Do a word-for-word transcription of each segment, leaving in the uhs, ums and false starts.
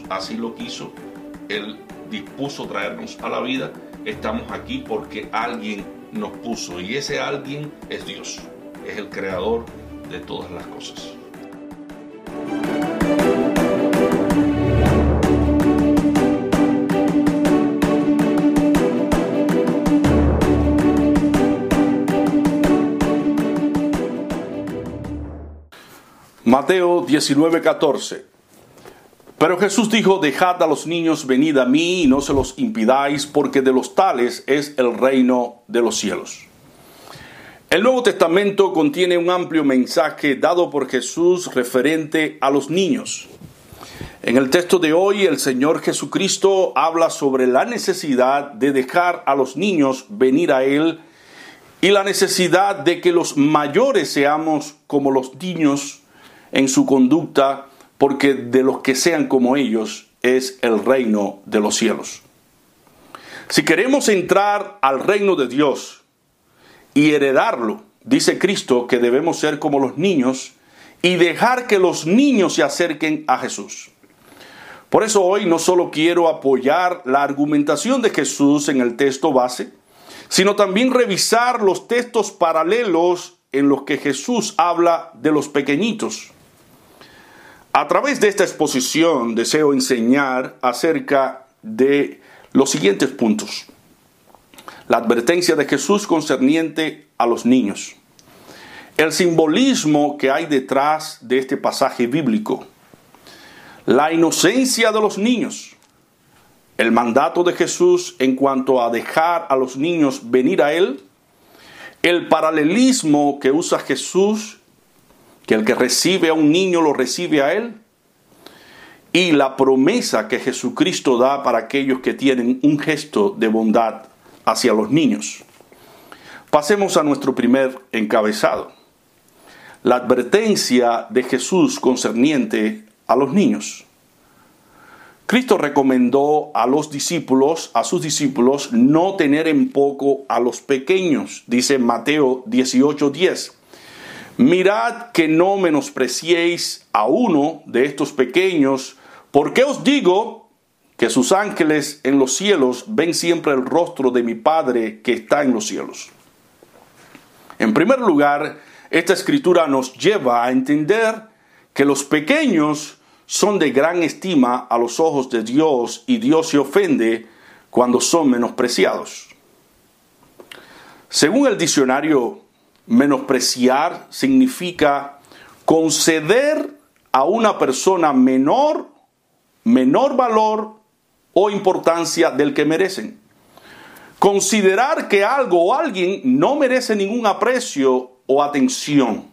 así lo quiso, Él dispuso traernos a la vida. Estamos aquí porque alguien nos puso, y ese alguien es Dios, es el creador de todas las cosas. Mateo diecinueve, catorce. Pero Jesús dijo: dejad a los niños, venid a mí, y no se los impidáis, porque de los tales es el reino de los cielos. El Nuevo Testamento contiene un amplio mensaje dado por Jesús referente a los niños. En el texto de hoy, el Señor Jesucristo habla sobre la necesidad de dejar a los niños venir a Él y la necesidad de que los mayores seamos como los niños en su conducta, porque de los que sean como ellos es el reino de los cielos. Si queremos entrar al reino de Dios y heredarlo, dice Cristo que debemos ser como los niños y dejar que los niños se acerquen a Jesús. Por eso hoy no solo quiero apoyar la argumentación de Jesús en el texto base, sino también revisar los textos paralelos en los que Jesús habla de los pequeñitos. A través de esta exposición deseo enseñar acerca de los siguientes puntos. La advertencia de Jesús concerniente a los niños. El simbolismo que hay detrás de este pasaje bíblico. La inocencia de los niños. El mandato de Jesús en cuanto a dejar a los niños venir a Él. El paralelismo que usa Jesús, que el que recibe a un niño lo recibe a Él, y la promesa que Jesucristo da para aquellos que tienen un gesto de bondad hacia los niños. Pasemos a nuestro primer encabezado. La advertencia de Jesús concerniente a los niños. Cristo recomendó a los discípulos, a sus discípulos, no tener en poco a los pequeños, dice Mateo dieciocho, diez. Mirad que no menospreciéis a uno de estos pequeños, porque os digo que sus ángeles en los cielos ven siempre el rostro de mi Padre que está en los cielos. En primer lugar, esta escritura nos lleva a entender que los pequeños son de gran estima a los ojos de Dios, y Dios se ofende cuando son menospreciados. Según el diccionario, menospreciar significa conceder a una persona menor, menor valor o importancia del que merecen. Considerar que algo o alguien no merece ningún aprecio o atención.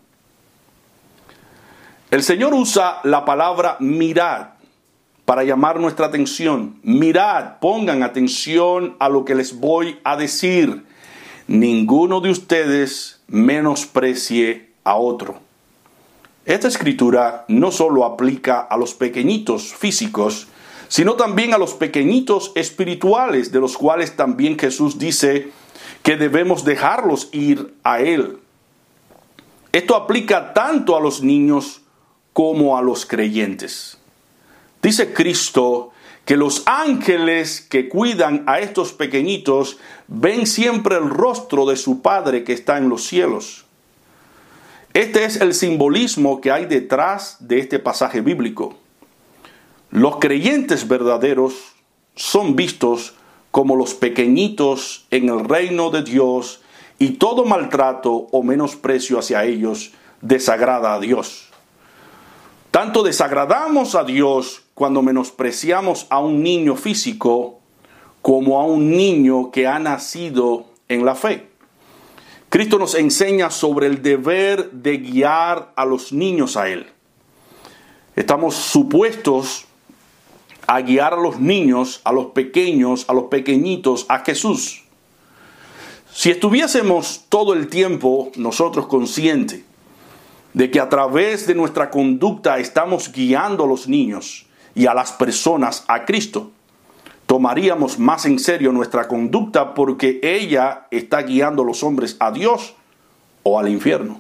El Señor usa la palabra mirad para llamar nuestra atención. Mirad, pongan atención a lo que les voy a decir. Ninguno de ustedes menosprecie a otro. Esta escritura no solo aplica a los pequeñitos físicos, sino también a los pequeñitos espirituales, de los cuales también Jesús dice que debemos dejarlos ir a Él. Esto aplica tanto a los niños como a los creyentes. Dice Cristo que los ángeles que cuidan a estos pequeñitos ven siempre el rostro de su Padre que está en los cielos. Este es el simbolismo que hay detrás de este pasaje bíblico. Los creyentes verdaderos son vistos como los pequeñitos en el reino de Dios, y todo maltrato o menosprecio hacia ellos desagrada a Dios. Tanto desagradamos a Dios cuando menospreciamos a un niño físico como a un niño que ha nacido en la fe. Cristo nos enseña sobre el deber de guiar a los niños a Él. Estamos supuestos a guiar a los niños, a los pequeños, a los pequeñitos, a Jesús. Si estuviésemos todo el tiempo nosotros conscientes de que a través de nuestra conducta estamos guiando a los niños y a las personas a Cristo, tomaríamos más en serio nuestra conducta, porque ella está guiando a los hombres a Dios o al infierno.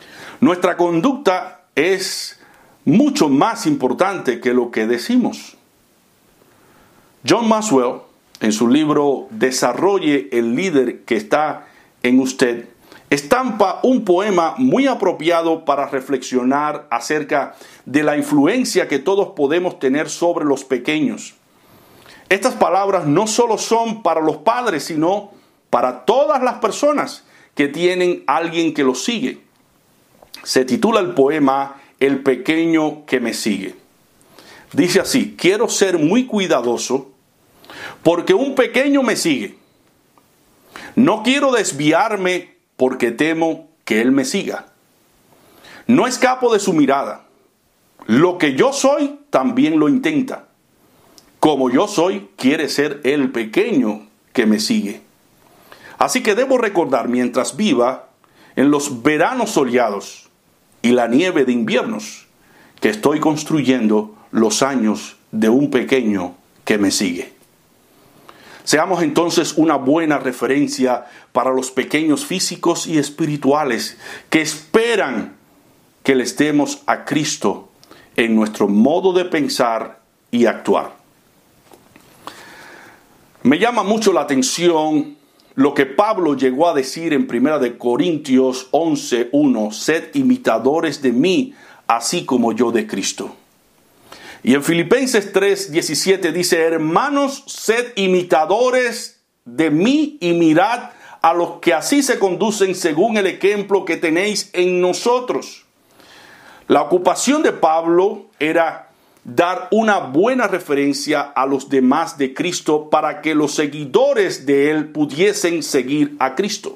Nuestra conducta es mucho más importante que lo que decimos. John Maxwell, en su libro Desarrolle el líder que está en usted, estampa un poema muy apropiado para reflexionar acerca de la influencia que todos podemos tener sobre los pequeños. Estas palabras no solo son para los padres, sino para todas las personas que tienen a alguien que los sigue. Se titula el poema El pequeño que me sigue. Dice así: quiero ser muy cuidadoso porque un pequeño me sigue. No quiero desviarme porque temo que él me siga. No escapo de su mirada. Lo que yo soy también lo intenta. Como yo soy, quiere ser el pequeño que me sigue. Así que debo recordar mientras viva en los veranos soleados y la nieve de inviernos que estoy construyendo los años de un pequeño que me sigue. Seamos entonces una buena referencia para los pequeños físicos y espirituales que esperan que les demos a Cristo en nuestro modo de pensar y actuar. Me llama mucho la atención lo que Pablo llegó a decir en primera de Corintios once uno: sed imitadores de mí, así como yo de Cristo. Y en Filipenses tres diecisiete dice: hermanos, sed imitadores de mí y mirad a los que así se conducen según el ejemplo que tenéis en nosotros. La ocupación de Pablo era dar una buena referencia a los demás de Cristo para que los seguidores de él pudiesen seguir a Cristo.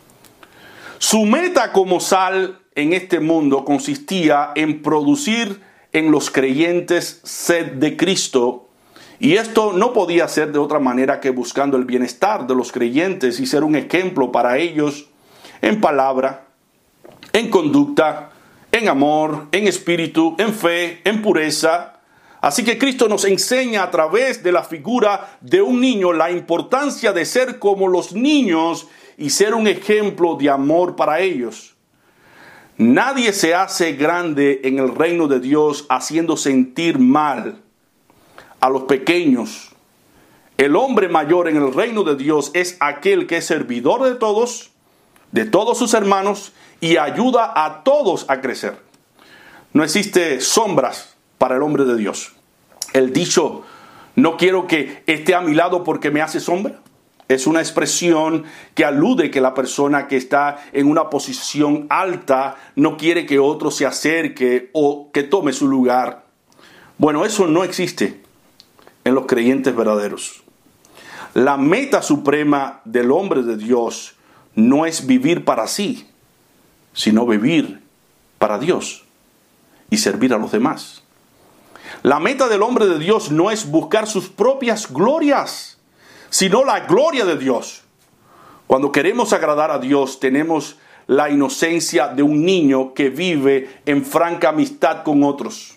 Su meta como sal en este mundo consistía en producir en los creyentes sed de Cristo, y esto no podía ser de otra manera que buscando el bienestar de los creyentes y ser un ejemplo para ellos en palabra, en conducta, en amor, en espíritu, en fe, en pureza. Así que Cristo nos enseña a través de la figura de un niño la importancia de ser como los niños y ser un ejemplo de amor para ellos. Nadie se hace grande en el reino de Dios haciendo sentir mal a los pequeños. El hombre mayor en el reino de Dios es aquel que es servidor de todos, de todos sus hermanos, y ayuda a todos a crecer. No existe sombras para el hombre de Dios. El dicho, no quiero que esté a mi lado porque me hace sombra, es una expresión que alude que la persona que está en una posición alta no quiere que otro se acerque o que tome su lugar. Bueno, eso no existe en los creyentes verdaderos. La meta suprema del hombre de Dios no es vivir para sí, sino vivir para Dios y servir a los demás. La meta del hombre de Dios no es buscar sus propias glorias, sino la gloria de Dios. Cuando queremos agradar a Dios, tenemos la inocencia de un niño que vive en franca amistad con otros.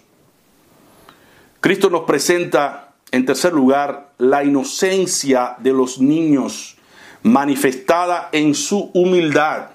Cristo nos presenta, en tercer lugar, la inocencia de los niños, manifestada en su humildad.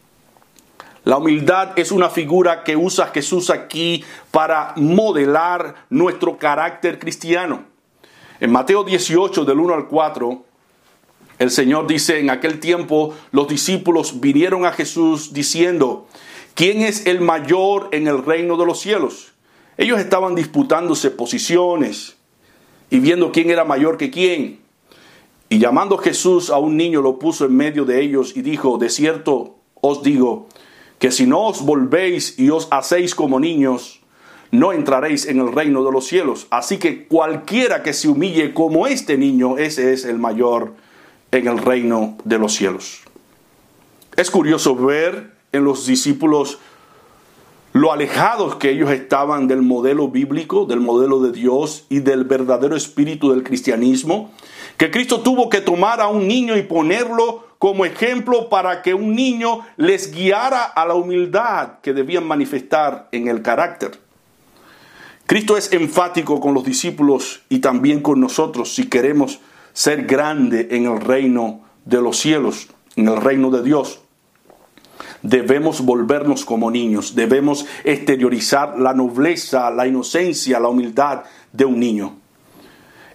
La humildad es una figura que usa Jesús aquí para modelar nuestro carácter cristiano. En Mateo dieciocho, del uno al cuatro, el Señor dice: en aquel tiempo los discípulos vinieron a Jesús diciendo: ¿quién es el mayor en el reino de los cielos? Ellos estaban disputándose posiciones y viendo quién era mayor que quién. Y llamando Jesús a un niño, lo puso en medio de ellos y dijo: de cierto os digo, que si no os volvéis y os hacéis como niños, no entraréis en el reino de los cielos. Así que cualquiera que se humille como este niño, ese es el mayor en el reino de los cielos. Es curioso ver en los discípulos lo alejados que ellos estaban del modelo bíblico, del modelo de Dios y del verdadero espíritu del cristianismo, que Cristo tuvo que tomar a un niño y ponerlo como ejemplo para que un niño les guiara a la humildad que debían manifestar en el carácter. Cristo es enfático con los discípulos y también con nosotros si queremos ser grande en el reino de los cielos, en el reino de Dios. Debemos volvernos como niños, debemos exteriorizar la nobleza, la inocencia, la humildad de un niño.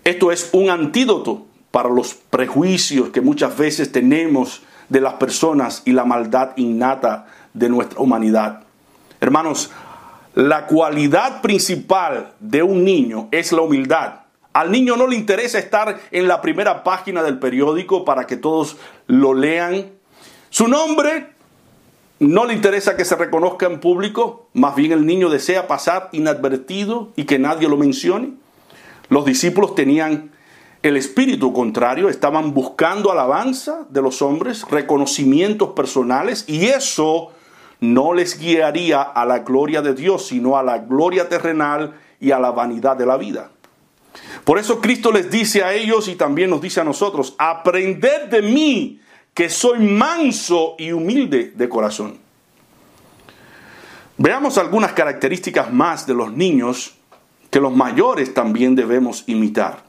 Esto es un antídoto para los prejuicios que muchas veces tenemos de las personas y la maldad innata de nuestra humanidad. Hermanos, la cualidad principal de un niño es la humildad. Al niño no le interesa estar en la primera página del periódico para que todos lo lean. Su nombre no le interesa que se reconozca en público, más bien el niño desea pasar inadvertido y que nadie lo mencione. Los discípulos tenían el espíritu contrario, estaban buscando alabanza de los hombres, reconocimientos personales, y eso no les guiaría a la gloria de Dios, sino a la gloria terrenal y a la vanidad de la vida. Por eso Cristo les dice a ellos y también nos dice a nosotros: aprended de mí, que soy manso y humilde de corazón. Veamos algunas características más de los niños que los mayores también debemos imitar.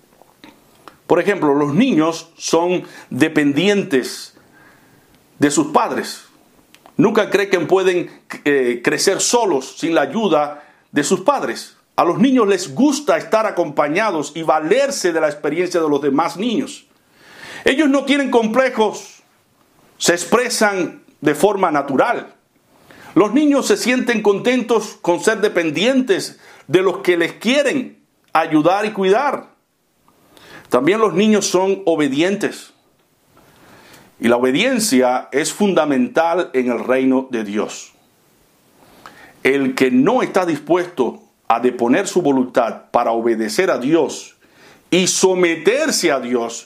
Por ejemplo, los niños son dependientes de sus padres. Nunca creen que pueden eh, crecer solos sin la ayuda de sus padres. A los niños les gusta estar acompañados y valerse de la experiencia de los demás niños. Ellos no tienen complejos, se expresan de forma natural. Los niños se sienten contentos con ser dependientes de los que les quieren ayudar y cuidar. También los niños son obedientes. Y la obediencia es fundamental en el reino de Dios. El que no está dispuesto a deponer su voluntad para obedecer a Dios y someterse a Dios,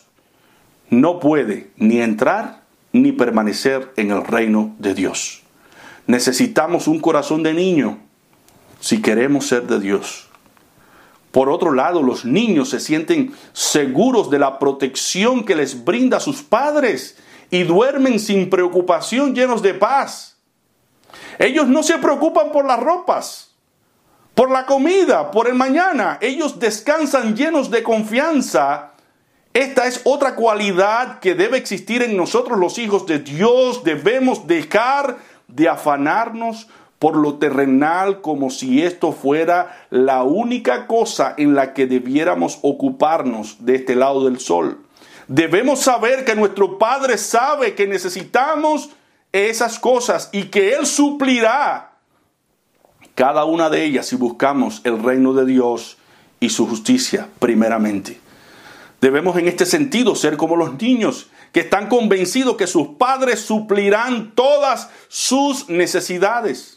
no puede ni entrar ni permanecer en el reino de Dios. Necesitamos un corazón de niño si queremos ser de Dios. Por otro lado, los niños se sienten seguros de la protección que les brinda sus padres y duermen sin preocupación, llenos de paz. Ellos no se preocupan por las ropas, por la comida, por el mañana. Ellos descansan llenos de confianza. Esta es otra cualidad que debe existir en nosotros, los hijos de Dios. Debemos dejar de afanarnos por lo terrenal como si esto fuera la única cosa en la que debiéramos ocuparnos de este lado del sol. Debemos saber que nuestro Padre sabe que necesitamos esas cosas y que Él suplirá cada una de ellas si buscamos el reino de Dios y su justicia primeramente. Debemos en este sentido ser como los niños que están convencidos que sus padres suplirán todas sus necesidades.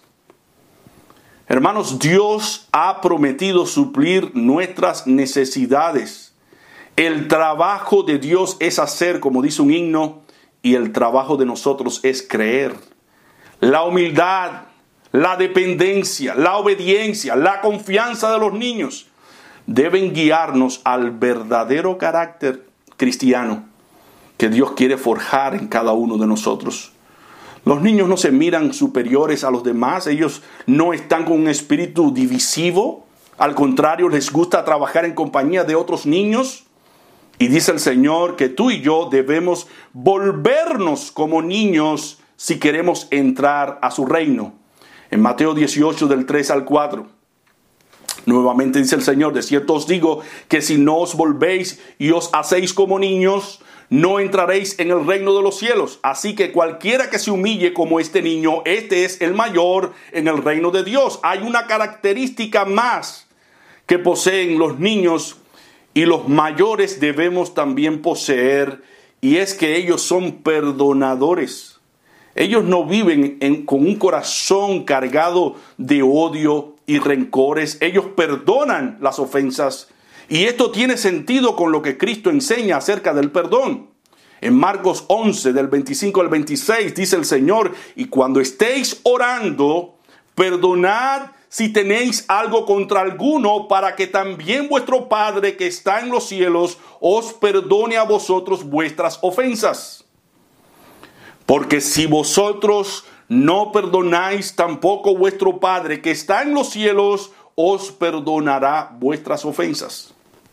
Hermanos, Dios ha prometido suplir nuestras necesidades. El trabajo de Dios es hacer, como dice un himno, y el trabajo de nosotros es creer. La humildad, la dependencia, la obediencia, la confianza de los niños deben guiarnos al verdadero carácter cristiano que Dios quiere forjar en cada uno de nosotros. Los niños no se miran superiores a los demás, ellos no están con un espíritu divisivo, al contrario, les gusta trabajar en compañía de otros niños. Y dice el Señor que tú y yo debemos volvernos como niños si queremos entrar a su reino. En Mateo dieciocho, del tres al cuatro. Nuevamente dice el Señor: de cierto os digo que si no os volvéis y os hacéis como niños, no entraréis en el reino de los cielos. Así que cualquiera que se humille como este niño, este es el mayor en el reino de Dios. Hay una característica más que poseen los niños y los mayores debemos también poseer, y es que ellos son perdonadores. Ellos no viven en, con un corazón cargado de odio y rencores. Ellos perdonan las ofensas. Y esto tiene sentido con lo que Cristo enseña acerca del perdón. En Marcos once, del veinticinco al veintiséis, dice el Señor: y cuando estéis orando, perdonad si tenéis algo contra alguno, para que también vuestro Padre que está en los cielos os perdone a vosotros vuestras ofensas. Porque si vosotros no perdonáis, tampoco vuestro Padre que está en los cielos os perdonará vuestras ofensas.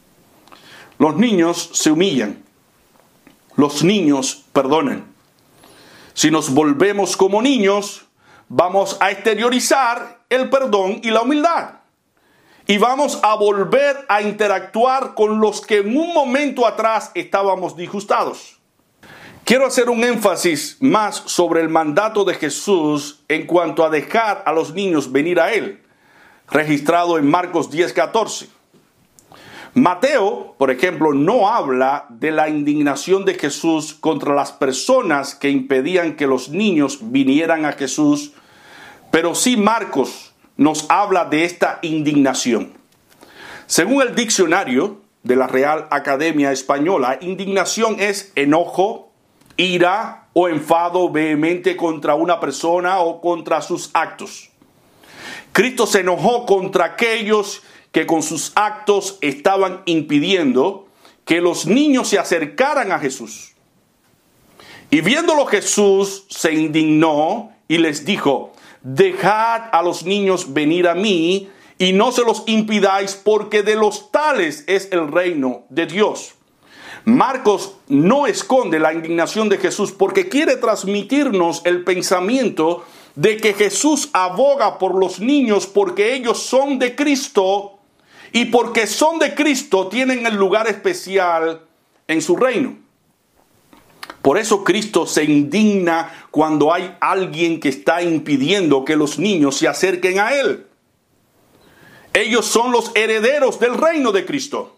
Los niños se humillan. Los niños perdonan. Si nos volvemos como niños, vamos a exteriorizar el perdón y la humildad. y vamos a volver a interactuar con los que en un momento atrás estábamos disgustados. Quiero hacer un énfasis más sobre el mandato de Jesús en cuanto a dejar a los niños venir a Él, registrado en Marcos diez catorce. Mateo, por ejemplo, no habla de la indignación de Jesús contra las personas que impedían que los niños vinieran a Jesús, pero sí Marcos nos habla de esta indignación. Según el diccionario de la Real Academia Española, indignación es enojo, ira o enfado vehemente contra una persona o contra sus actos. Cristo se enojó contra aquellos que con sus actos estaban impidiendo que los niños se acercaran a Jesús. Y viéndolo Jesús se indignó y les dijo: dejad a los niños venir a mí y no se los impidáis, porque de los tales es el reino de Dios. Marcos no esconde la indignación de Jesús porque quiere transmitirnos el pensamiento de que Jesús aboga por los niños porque ellos son de Cristo y porque son de Cristo tienen el lugar especial en su reino. Por eso Cristo se indigna cuando hay alguien que está impidiendo que los niños se acerquen a Él. Ellos son los herederos del reino de Cristo.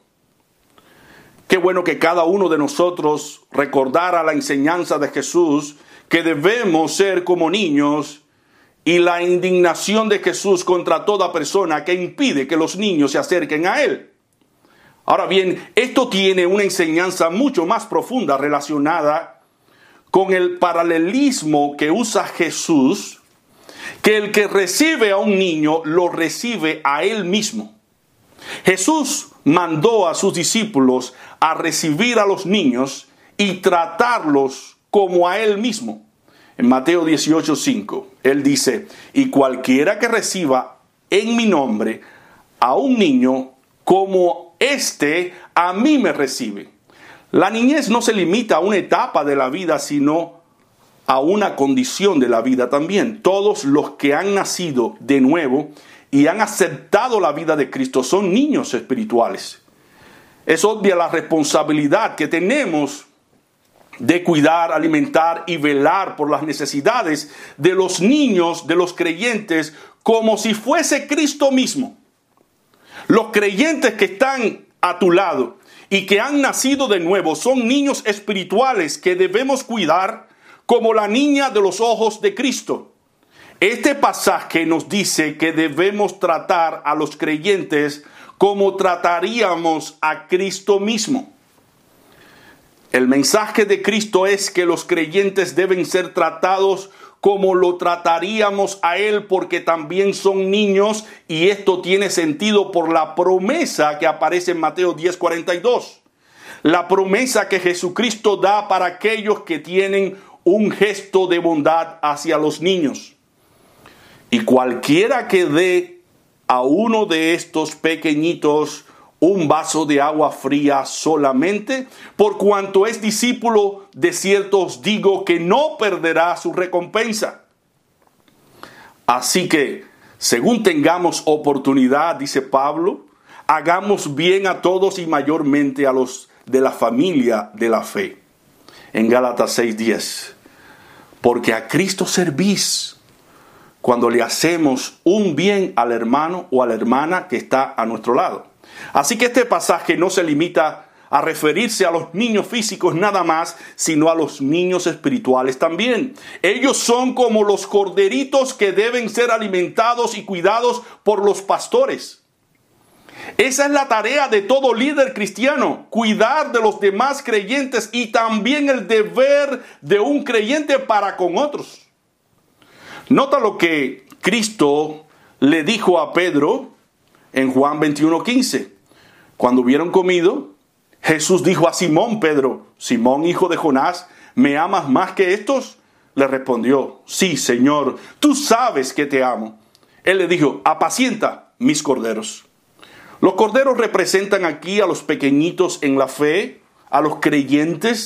Qué bueno que cada uno de nosotros recordara la enseñanza de Jesús, que debemos ser como niños, y la indignación de Jesús contra toda persona que impide que los niños se acerquen a Él. Ahora bien, esto tiene una enseñanza mucho más profunda relacionada con el paralelismo que usa Jesús, que el que recibe a un niño lo recibe a Él mismo. Jesús mandó a sus discípulos a recibir a los niños y tratarlos como a Él mismo. En Mateo dieciocho cinco, Él dice: y cualquiera que reciba en mi nombre a un niño como este, a mí me recibe. La niñez no se limita a una etapa de la vida, sino a una condición de la vida también. Todos los que han nacido de nuevo y han aceptado la vida de Cristo son niños espirituales. Es obvia la responsabilidad que tenemos de cuidar, alimentar y velar por las necesidades de los niños, de los creyentes, como si fuese Cristo mismo. Los creyentes que están a tu lado y que han nacido de nuevo son niños espirituales que debemos cuidar como la niña de los ojos de Cristo. Este pasaje nos dice que debemos tratar a los creyentes como trataríamos a Cristo mismo. El mensaje de Cristo es que los creyentes deben ser tratados como lo trataríamos a Él, porque también son niños, y esto tiene sentido por la promesa que aparece en Mateo diez cuarenta y dos. La promesa que Jesucristo da para aquellos que tienen un gesto de bondad hacia los niños. Y cualquiera que dé a uno de estos pequeñitos un vaso de agua fría solamente, por cuanto es discípulo, de cierto os digo que no perderá su recompensa. Así que, según tengamos oportunidad, dice Pablo, hagamos bien a todos y mayormente a los de la familia de la fe. En Gálatas seis diez. Porque a Cristo servís cuando le hacemos un bien al hermano o a la hermana que está a nuestro lado. Así que este pasaje no se limita a referirse a los niños físicos nada más, sino a los niños espirituales también. Ellos son como los corderitos que deben ser alimentados y cuidados por los pastores. Esa es la tarea de todo líder cristiano, cuidar de los demás creyentes y también el deber de un creyente para con otros. Nota lo que Cristo le dijo a Pedro en Juan veintiuno quince. Cuando hubieron comido, Jesús dijo a Simón Pedro: Simón, hijo de Jonás, ¿me amas más que estos? Le respondió: sí, Señor, tú sabes que te amo. Él le dijo: apacienta mis corderos. Los corderos representan aquí a los pequeñitos en la fe, a los creyentes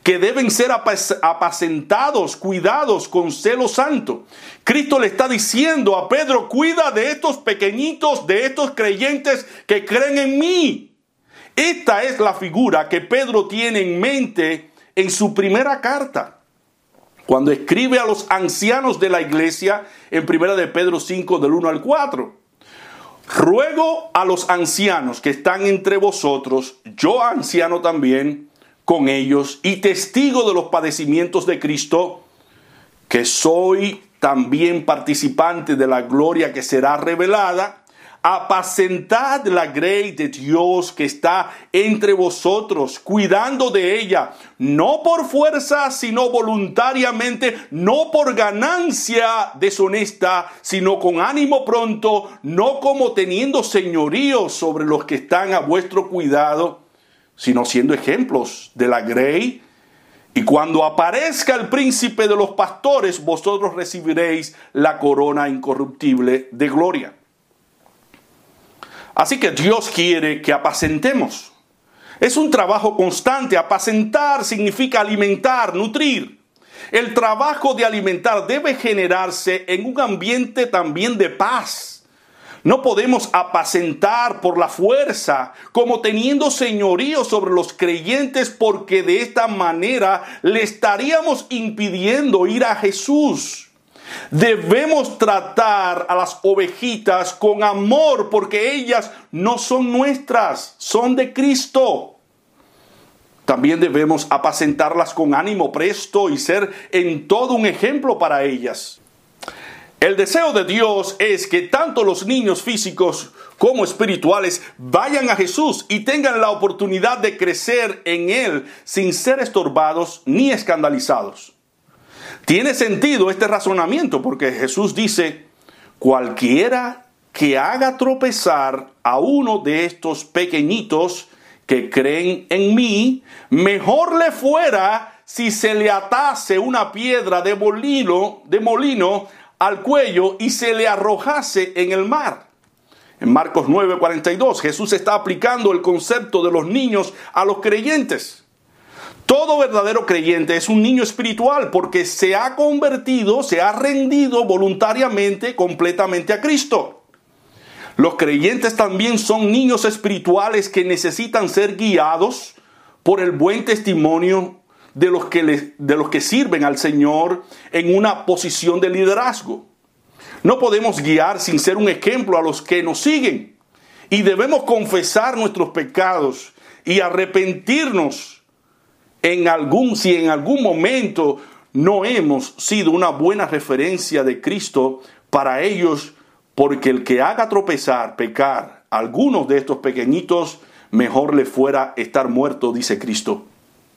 que deben ser apacentados, cuidados con celo santo. Cristo le está diciendo a Pedro: cuida de estos pequeñitos, de estos creyentes que creen en mí. Esta es la figura que Pedro tiene en mente en su primera carta, cuando escribe a los ancianos de la iglesia en primera de Pedro cinco, del uno al cuatro. Ruego a los ancianos que están entre vosotros, yo anciano también, con ellos, y testigo de los padecimientos de Cristo, que soy también participante de la gloria que será revelada. Apacentad la grey de Dios que está entre vosotros, cuidando de ella, no por fuerza, sino voluntariamente, no por ganancia deshonesta, sino con ánimo pronto, no como teniendo señorío sobre los que están a vuestro cuidado, sino siendo ejemplos de la grey. Y cuando aparezca el príncipe de los pastores, vosotros recibiréis la corona incorruptible de gloria. Así que Dios quiere que apacentemos. Es un trabajo constante. Apacentar significa alimentar, nutrir. El trabajo de alimentar debe generarse en un ambiente también de paz. No podemos apacentar por la fuerza, como teniendo señorío sobre los creyentes, porque de esta manera le estaríamos impidiendo ir a Jesús. Debemos tratar a las ovejitas con amor, porque ellas no son nuestras, son de Cristo. También debemos apacentarlas con ánimo presto y ser en todo un ejemplo para ellas. El deseo de Dios es que tanto los niños físicos como espirituales vayan a Jesús y tengan la oportunidad de crecer en Él sin ser estorbados ni escandalizados. Tiene sentido este razonamiento porque Jesús dice: cualquiera que haga tropezar a uno de estos pequeñitos que creen en mí, mejor le fuera si se le atase una piedra de molino, de molino al cuello y se le arrojase en el mar. En Marcos nueve, cuarenta y dos, Jesús está aplicando el concepto de los niños a los creyentes. Todo verdadero creyente es un niño espiritual porque se ha convertido, se ha rendido voluntariamente, completamente a Cristo. Los creyentes también son niños espirituales que necesitan ser guiados por el buen testimonio de los que, les, de los que sirven al Señor en una posición de liderazgo. No podemos guiar sin ser un ejemplo a los que nos siguen. Y debemos confesar nuestros pecados y arrepentirnos en algún, si en algún momento no hemos sido una buena referencia de Cristo para ellos, porque el que haga tropezar, pecar a algunos de estos pequeñitos, mejor le fuera estar muerto, dice Cristo.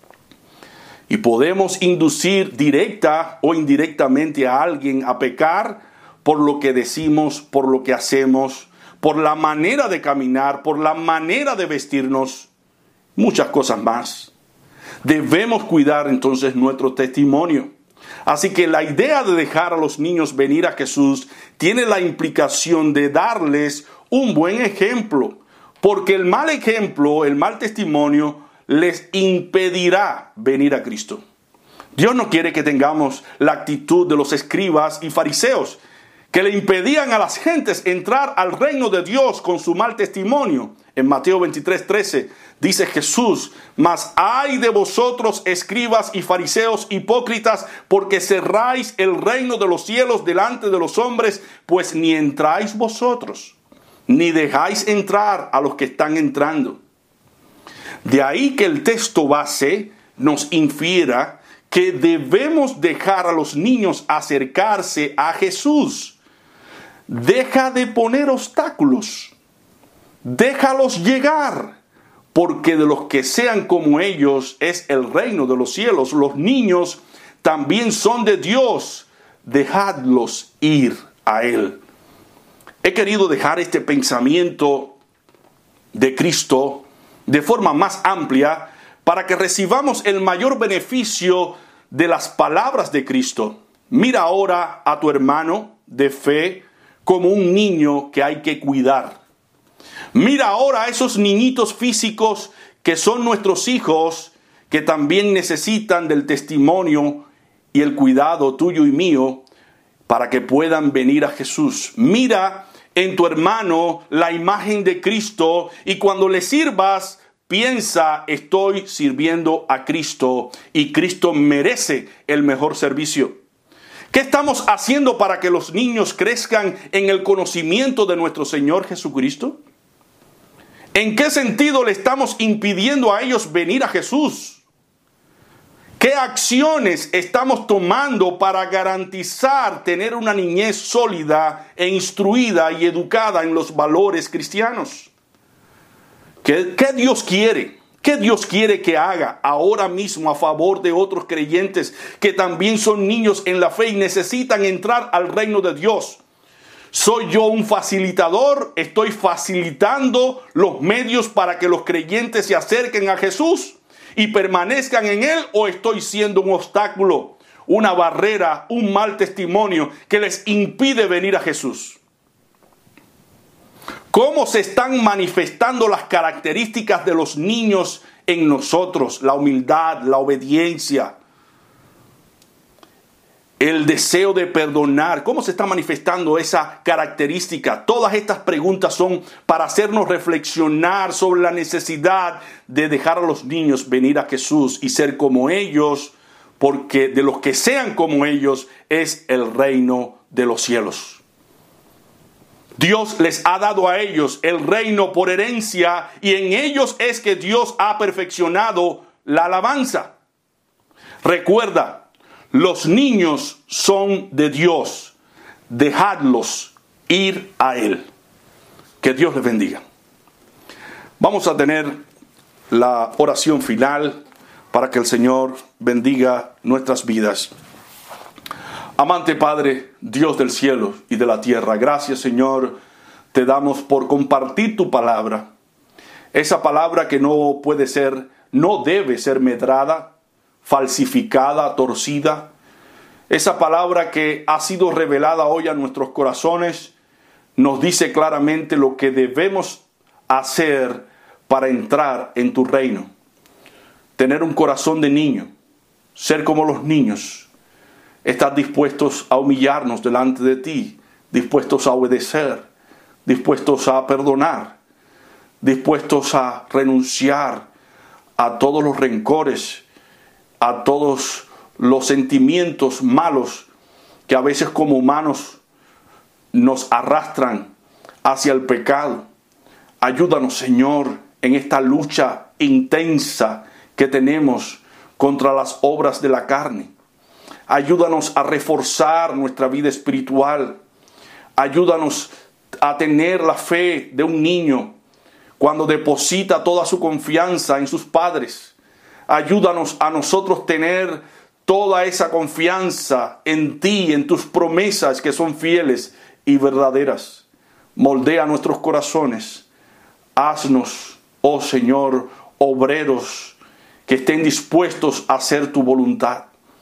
Y podemos inducir directa o indirectamente a alguien a pecar por lo que decimos, por lo que hacemos, por la manera de caminar, por la manera de vestirnos, muchas cosas más. Debemos cuidar entonces nuestro testimonio. Así que la idea de dejar a los niños venir a Jesús tiene la implicación de darles un buen ejemplo, porque el mal ejemplo, el mal testimonio, les impedirá venir a Cristo. Dios no quiere que tengamos la actitud de los escribas y fariseos, que le impedían a las gentes entrar al reino de Dios con su mal testimonio. En Mateo veintitrés, trece dice Jesús: mas ay de vosotros, escribas y fariseos hipócritas, porque cerráis el reino de los cielos delante de los hombres, pues ni entráis vosotros, ni dejáis entrar a los que están entrando. De ahí que el texto base nos infiera que debemos dejar a los niños acercarse a Jesús. Deja de poner obstáculos. Déjalos llegar, porque de los que sean como ellos es el reino de los cielos. Los niños también son de Dios. Dejadlos ir a Él. He querido dejar este pensamiento de Cristo de forma más amplia para que recibamos el mayor beneficio de las palabras de Cristo. Mira ahora a tu hermano de fe como un niño que hay que cuidar. Mira ahora a esos niñitos físicos que son nuestros hijos, que también necesitan del testimonio y el cuidado tuyo y mío para que puedan venir a Jesús. Mira en tu hermano la imagen de Cristo y cuando le sirvas, piensa, estoy sirviendo a Cristo y Cristo merece el mejor servicio. ¿Qué estamos haciendo para que los niños crezcan en el conocimiento de nuestro Señor Jesucristo? ¿En qué sentido le estamos impidiendo a ellos venir a Jesús? ¿Qué acciones estamos tomando para garantizar tener una niñez sólida e instruida y educada en los valores cristianos? ¿Qué, qué Dios quiere? ¿Qué Dios quiere que haga ahora mismo a favor de otros creyentes que también son niños en la fe y necesitan entrar al reino de Dios? ¿Soy yo un facilitador? ¿Estoy facilitando los medios para que los creyentes se acerquen a Jesús y permanezcan en Él? ¿O estoy siendo un obstáculo, una barrera, un mal testimonio que les impide venir a Jesús? ¿Cómo se están manifestando las características de los niños en nosotros? La humildad, la obediencia, el deseo de perdonar. ¿Cómo se está manifestando esa característica? Todas estas preguntas son para hacernos reflexionar sobre la necesidad de dejar a los niños venir a Jesús y ser como ellos, porque de los que sean como ellos es el reino de los cielos. Dios les ha dado a ellos el reino por herencia y en ellos es que Dios ha perfeccionado la alabanza. Recuerda, los niños son de Dios. Dejadlos ir a Él. Que Dios les bendiga. Vamos a tener la oración final para que el Señor bendiga nuestras vidas. Amante Padre, Dios del cielo y de la tierra, gracias Señor, te damos por compartir tu palabra. Esa palabra que no puede ser, no debe ser medrada, falsificada, torcida. Esa palabra que ha sido revelada hoy a nuestros corazones nos dice claramente lo que debemos hacer para entrar en tu reino. Tener un corazón de niño, ser como los niños. Estar dispuestos a humillarnos delante de ti, dispuestos a obedecer, dispuestos a perdonar, dispuestos a renunciar a todos los rencores, a todos los sentimientos malos que a veces como humanos nos arrastran hacia el pecado. Ayúdanos, Señor, en esta lucha intensa que tenemos contra las obras de la carne. Ayúdanos a reforzar nuestra vida espiritual. Ayúdanos a tener la fe de un niño cuando deposita toda su confianza en sus padres. Ayúdanos a nosotros tener toda esa confianza en ti, en tus promesas que son fieles y verdaderas. Moldea nuestros corazones. Haznos, oh Señor, obreros que estén dispuestos a hacer tu voluntad.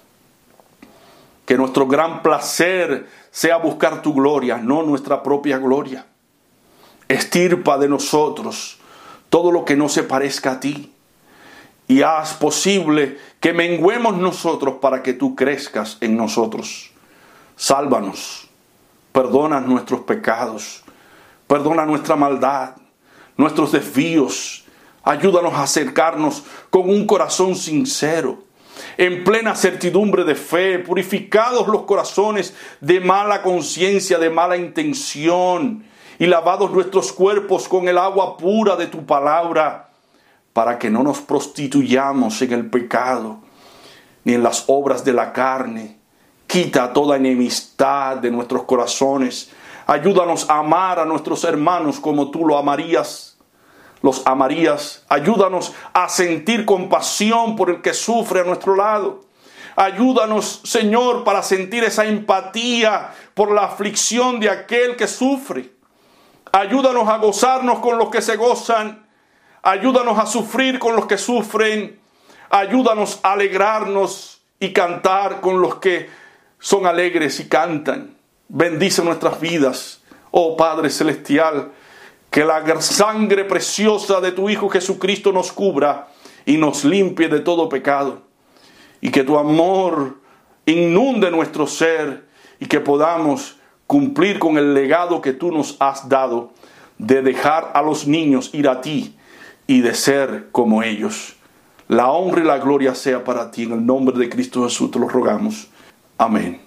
Que nuestro gran placer sea buscar tu gloria, no nuestra propia gloria. Estirpa de nosotros todo lo que no se parezca a ti. Y haz posible que menguemos nosotros para que tú crezcas en nosotros. Sálvanos, perdona nuestros pecados, perdona nuestra maldad, nuestros desvíos. Ayúdanos a acercarnos con un corazón sincero, en plena certidumbre de fe, purificados los corazones de mala conciencia, de mala intención, y lavados nuestros cuerpos con el agua pura de tu palabra, para que no nos prostituyamos en el pecado, ni en las obras de la carne. Quita toda enemistad de nuestros corazones. Ayúdanos a amar a nuestros hermanos como tú lo amarías. Los amarías. Ayúdanos a sentir compasión por el que sufre a nuestro lado. Ayúdanos, Señor, para sentir esa empatía por la aflicción de aquel que sufre. Ayúdanos a gozarnos con los que se gozan. Ayúdanos a sufrir con los que sufren. Ayúdanos a alegrarnos y cantar con los que son alegres y cantan. Bendice nuestras vidas, oh Padre Celestial. Que la sangre preciosa de tu Hijo Jesucristo nos cubra y nos limpie de todo pecado. Y que tu amor inunde nuestro ser y que podamos cumplir con el legado que tú nos has dado de dejar a los niños ir a ti y de ser como ellos. La honra y la gloria sea para ti. En el nombre de Cristo Jesús te lo rogamos. Amén.